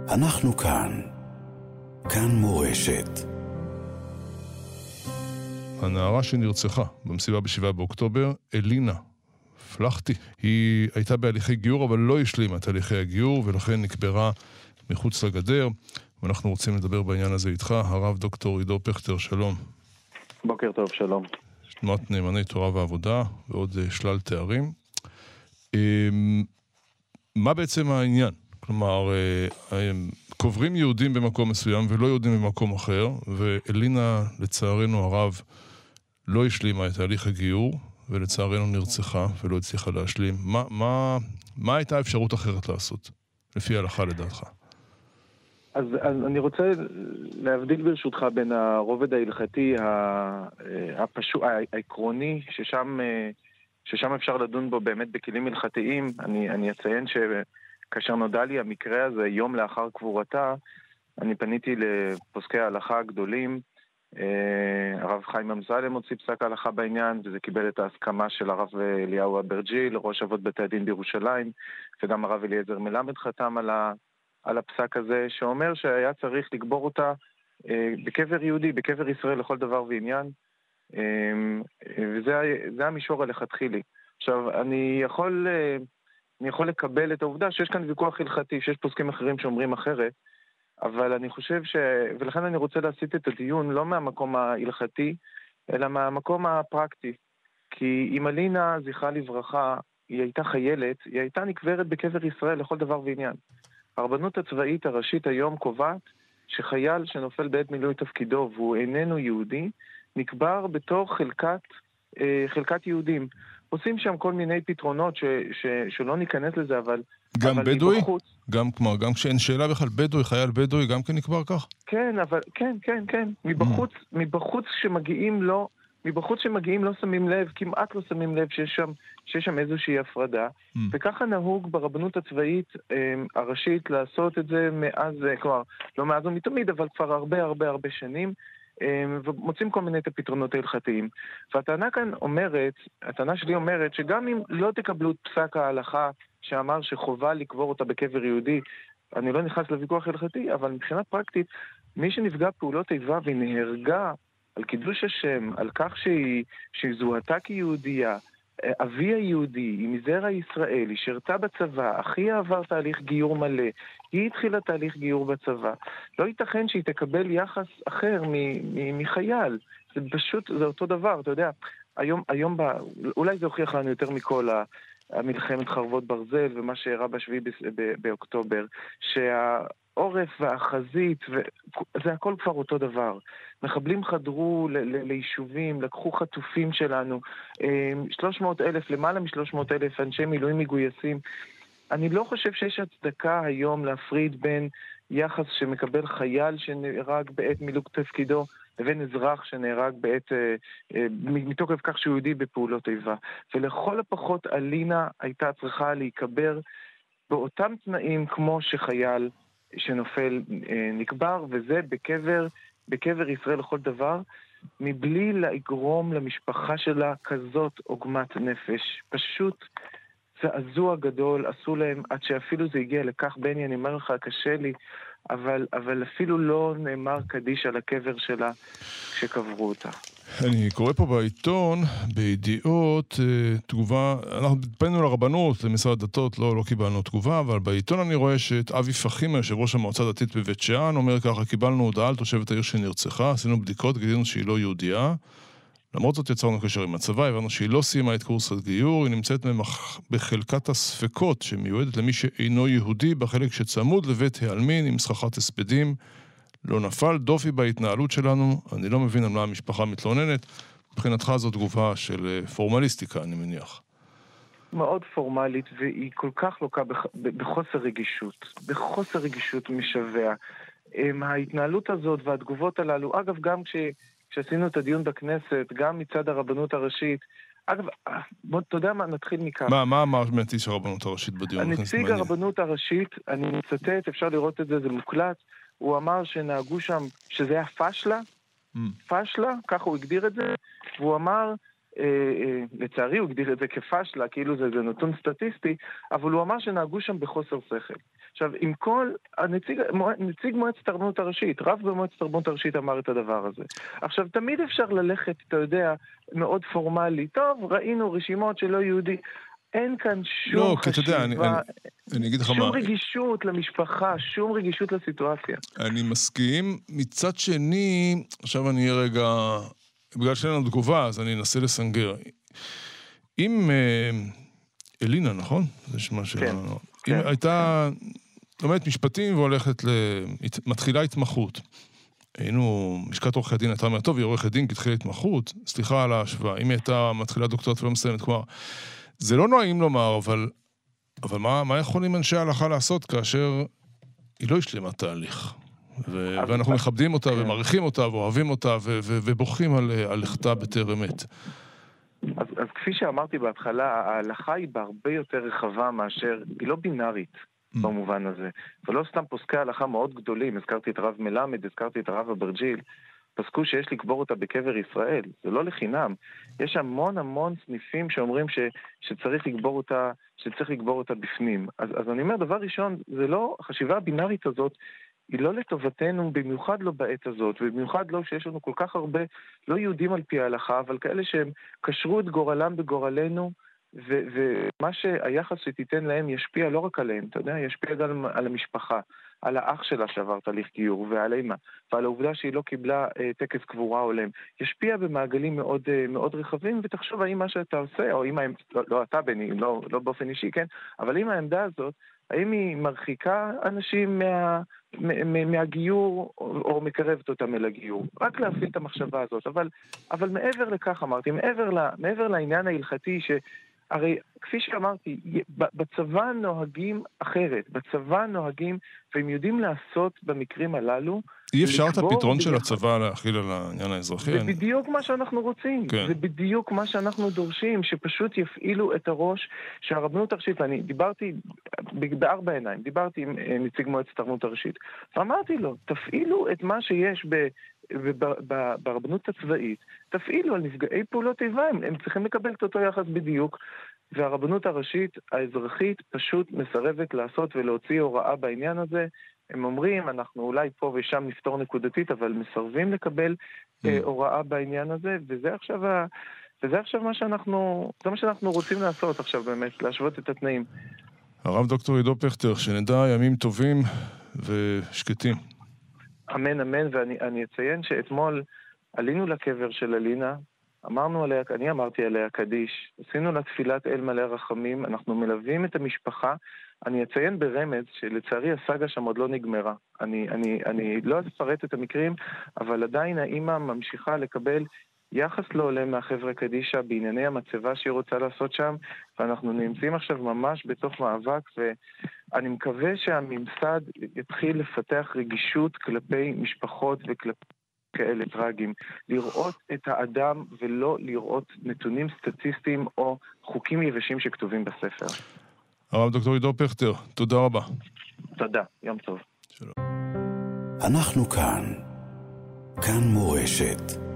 אנחנו כאן. כאן מורשת. הנערה שנרצחה במסיבה ב7 באוקטובר, אלינה פלחטי, היא הייתה בהליכי גיור, אבל לא השלימה את הליכי הגיור, ולכן נקברה מחוץ לגדר. ואנחנו רוצים לדבר בעניין הזה איתך, הרב דוקטור עידו פכטר, שלום. בוקר טוב, שלום. תנועת נאמני תורה ועבודה, ועוד שלל תארים. מה בעצם העניין? כלומר, קוברים יהודים במקום מסוים ולא יהודים במקום אחר, ואלינה, לצערנו הרב, לא השלימה את תהליך הגיור, ולצערנו נרצחה ולא הצליחה להשלים. מה הייתה האפשרות אחרת לעשות, לפי ההלכה לדעתך? אז אני רוצה להבדיל ברשותך בין הרובד ההלכתי העקרוני, ששם אפשר לדון בו באמת בכלים הלכתיים. אני אציין שכאשר נודע לי המקרה הזה יום לאחר קבורתה, אני פניתי לפוסקי ההלכה הגדולים. הרב חיים אמסלם הוציא פסק ההלכה בעניין, וזה קיבל את ההסכמה של הרב אליהו אברג'יל, ראש אבות בתי הדין בירושלים, וגם הרב אליעזר מלמד חתם על הפסק הזה, שאומר שהיה צריך לקבור אותה בקבר יהודי, בקבר ישראל לכל דבר ועניין, וזה המישור הלכתחילי. עכשיו, אני יכול לקבל את העובדה שיש כאן ויכוח הלכתי, שיש פוסקים אחרים שאומרים אחרת, אבל אני חושב ולכן אני רוצה להסיט את הדיון לא מהמקום ההלכתי, אלא מהמקום הפרקטי. כי אם אלינה, זכרה לברכה, היא הייתה חיילת, היא הייתה נקברת בקבר ישראל לכל דבר ועניין. הרבנות הצבאית הראשית היום קובעת שחייל שנופל בעת מילוי תפקידו והוא איננו יהודי, נקבר בתוך חלקת יהודים. עושים שם כל מיני פתרונות שלא ניכנס לזה, אבל גם בדואי? מבחוץ... גם כשאין שאלה בכלל בדואי, חייל בדואי גם כן נקבר כך? כן, אבל כן. מבחוץ שמגיעים לא שמים לב, כמעט לא שמים לב שיש שם איזושהי הפרדה, וככה נהוג ברבנות הצבאית הראשית לעשות את זה מאז, כלומר, לא מאז ומתמיד, אבל כבר הרבה שנים, ומוצאים כל מיני את הפתרונות ההלכתיים. והטענה שלי אומרת שגם אם לא תקבלו את פסק ההלכה שאמר שחובה לקבור אותה בקבר יהודי, אני לא נכנס לוויכוח הלכתי, אבל מבחינה פרקטית, מי שנפגע פעולות איבה והיא נהרגה על קידוש השם, על כך שהיא זוהתה כיהודייה, אביה יהודי, היא מזרע ישראל, היא שירתה בצבא, אחיה עבר תהליך גיור מלא, היא התחילה תהליך גיור בצבא. לא ייתכן שהיא תקבל יחס אחר מחייל. זה פשוט, זה אותו דבר, אתה יודע. היום אולי זה הוכיח לנו יותר מכל המלחמת חרבות ברזל ומה שאירע ב7 באוקטובר, העורף והחזית, זה הכל כבר אותו דבר. מחבלים חדרו ליישובים, לקחו חטופים שלנו, 300,000, למעלה מ-300,000 אנשי מילואים מגויסים. אני לא חושב שיש הצדקה היום להפריד בין יחס שמקבל חייל שנהרג בעת מילוי תפקידו, לבין אזרח שנהרג מתוקף כך שהוא יהודי בפעולות איבה. ולכל הפחות אלינה הייתה צריכה להיקבר באותם תנאים כמו שחייל שנופל נקבר, וזה בקבר ישראל לכל דבר, מבלי לגרום למשפחה שלה כזאת עוגמת נפש. פשוט זעזוע גדול עשו להם, עד שאפילו זה הגיע לכך, בני, אני אומר לך, קשה לי, אבל אפילו לא נאמר קדיש על הקבר שלה שקברו אותה. אני קורא פה בעיתון, בידיעות, תגובה, אנחנו פנינו לרבנות, למשרד הדתות, לא קיבלנו תגובה, אבל בעיתון אני רואה שאת אבי פחימה, יושב ראש המועצה הדתית בבית שאן, אומר ככה, קיבלנו הודעה על תושבת העיר שנרצחה, עשינו בדיקות, גילינו שהיא לא יהודייה, למרות זאת יצרנו קשר עם הצבא, הבנו שהיא לא סיימה את קורס הגיור, היא נמצאת בחלקת הספקות שמיועדת למי שאינו יהודי, בחלק שצמוד לבית העלמין עם סככת הספדים, לא נפל דופי בהתנהלות שלנו, אני לא מבין על מה המשפחה מתלוננת, מבחינתך זו תגובה של פורמליסטיקה, אני מניח. מאוד פורמלית, והיא כל כך לוקה בחוסר רגישות משווע. ההתנהלות הזאת והתגובות הללו, אגב, גם כשעשינו את הדיון בכנסת, גם מצד הרבנות הראשית, אגב, אתה יודע מה, נתחיל מכך. מה אמר נציג הרבנות הראשית בדיון? נציג הרבנות הראשית, אני מצטט, אפשר לראות את זה, זה מוקלט, הוא אמר שנהגו שם, שזה היה פשלה, ככה הוא הגדיר את זה, והוא אמר, לצערי הוא הגדיר את זה כפשלה, כאילו זה נתון סטטיסטי, אבל הוא אמר שנהגו שם בחוסר שכל. עכשיו, עם כל, נציג מועצת הרבנות הראשית, רב במועצת הרבנות הראשית אמר את הדבר הזה. עכשיו, תמיד אפשר ללכת, אתה יודע, מאוד פורמלי. טוב, ראינו רשימות שלא יהודי. אין כאן שום חשיבה, אני אגיד לך שום מה, רגישות למשפחה, שום רגישות לסיטואציה. אני מסכים. מצד שני, עכשיו אני אהיה רגע, בגלל שאין לנו תגובה, אז אני אנסה לסנגר. אם אלינה, נכון? זה שמה של... כן. אם הייתה לומדת משפטים והולכת מתחילה התמחות. היינו, משקת עורכי הדין הייתה אומר, טוב, היא עורכת דין, התחילה התמחות, סליחה על ההשוואה. אם היא הייתה מתחילה דוקטורט ולא מסיימת, כלומר, זה לא נעים לומר, אבל מה יכולים אנשי ההלכה לעשות כאשר היא לא השלימה תהליך? ואנחנו מכבדים אותה ומעריכים אותה ואוהבים אותה ובוכים על לכתה בטרם עת. אז כפי שאמרתי בהתחלה, ההלכה היא בהרבה יותר רחבה מאשר, היא לא בינארית במובן הזה. ולא סתם פוסקי ההלכה מאוד גדולים, הזכרתי את הרב מלמד, הזכרתי את הרב אברג'יל, פסקו שיש לקבור אותה בקבר ישראל. זה לא לחינם. יש המון סניפים שאומרים שצריך לקבור אותה בפנים. אז אני אומר, דבר ראשון, זה לא, החשיבה הבינארית הזאת, היא לא לטובתנו, במיוחד לא בעת הזאת, ובמיוחד לא שיש לנו כל כך הרבה לא יהודים על פי ההלכה, אבל כאלה שהם קשרו את גורלם בגורלנו, ומה שהיחס שתיתן להם ישפיע לא רק עליהם, אתה יודע, ישפיע גם על המשפחה, על האח שלה שעבר תהליך גיור, ועל אימא, ועל העובדה שהיא לא קיבלה טקס קבורה הולם. ישפיע במעגלים מאוד, מאוד רחבים, ותחשוב האם מה שאתה עושה, או אם, לא אתה בני, לא באופן אישי, כן? אבל אם העמדה הזאת, האם היא מרחיקה אנשים מהגיור, או מקרבת אותם אל הגיור? רק להפעיל את המחשבה הזאת. אבל מעבר לכך, אמרתי, מעבר לעניין ההלכתי, הרי כפי שאמרתי, בצבא נוהגים אחרת, בצבא נוהגים, והם יודעים לעשות במקרים הללו, אי אפשר את הפתרון של הצבא להכיל על העניין האזרחי? זה בדיוק מה שאנחנו רוצים, זה בדיוק מה שאנחנו דורשים, שפשוט יפעילו את הראש שהרבנות הראשית, אני דיברתי בארבע עיניים, דיברתי עם נציג מועצת הרבנות הראשית, ואמרתי לו, תפעילו את מה שיש ברבנות הצבאית, תפעילו על נפגעי פעולות איבה, הם צריכים לקבל את אותו יחס בדיוק, והרבנות הראשית האזרחית פשוט מסרבת לעשות ולהוציא הוראה בעניין הזה. הם אומרים, אנחנו אולי פה ושם נפתור נקודתית, אבל מסרבים לקבל הוראה בעניין הזה, וזה עכשיו מה שאנחנו רוצים לעשות עכשיו באמת, להשוות את התנאים. הרב דוקטור עידו פכטר, שנדע ימים טובים ושקטים. אמן, אמן, ואני אציין שאתמול עלינו לקבר של אלינה, אני אמרתי עליה קדיש, עשינו לה תפילת אל מלא רחמים, אנחנו מלווים את המשפחה. אני אציין ברמז שלצערי הסגה שם עוד לא נגמרה. אני לא אפרט את המקרים, אבל עדיין האמא ממשיכה לקבל יחס לא הולם מהחבר'ה קדישה בענייני המצבה שהיא רוצה לעשות שם, ואנחנו נמצאים עכשיו ממש בתוך מאבק, ואני מקווה שהממסד יתחיל לפתח רגישות כלפי משפחות וכלפי כאלה טרגיים, לראות את האדם ולא לראות נתונים סטטיסטיים או חוקים יבשים שכתובים בספר. הרב דוקטור עידו פכטר, תודה רבה. תודה, יום טוב. אנחנו כאן מורשת.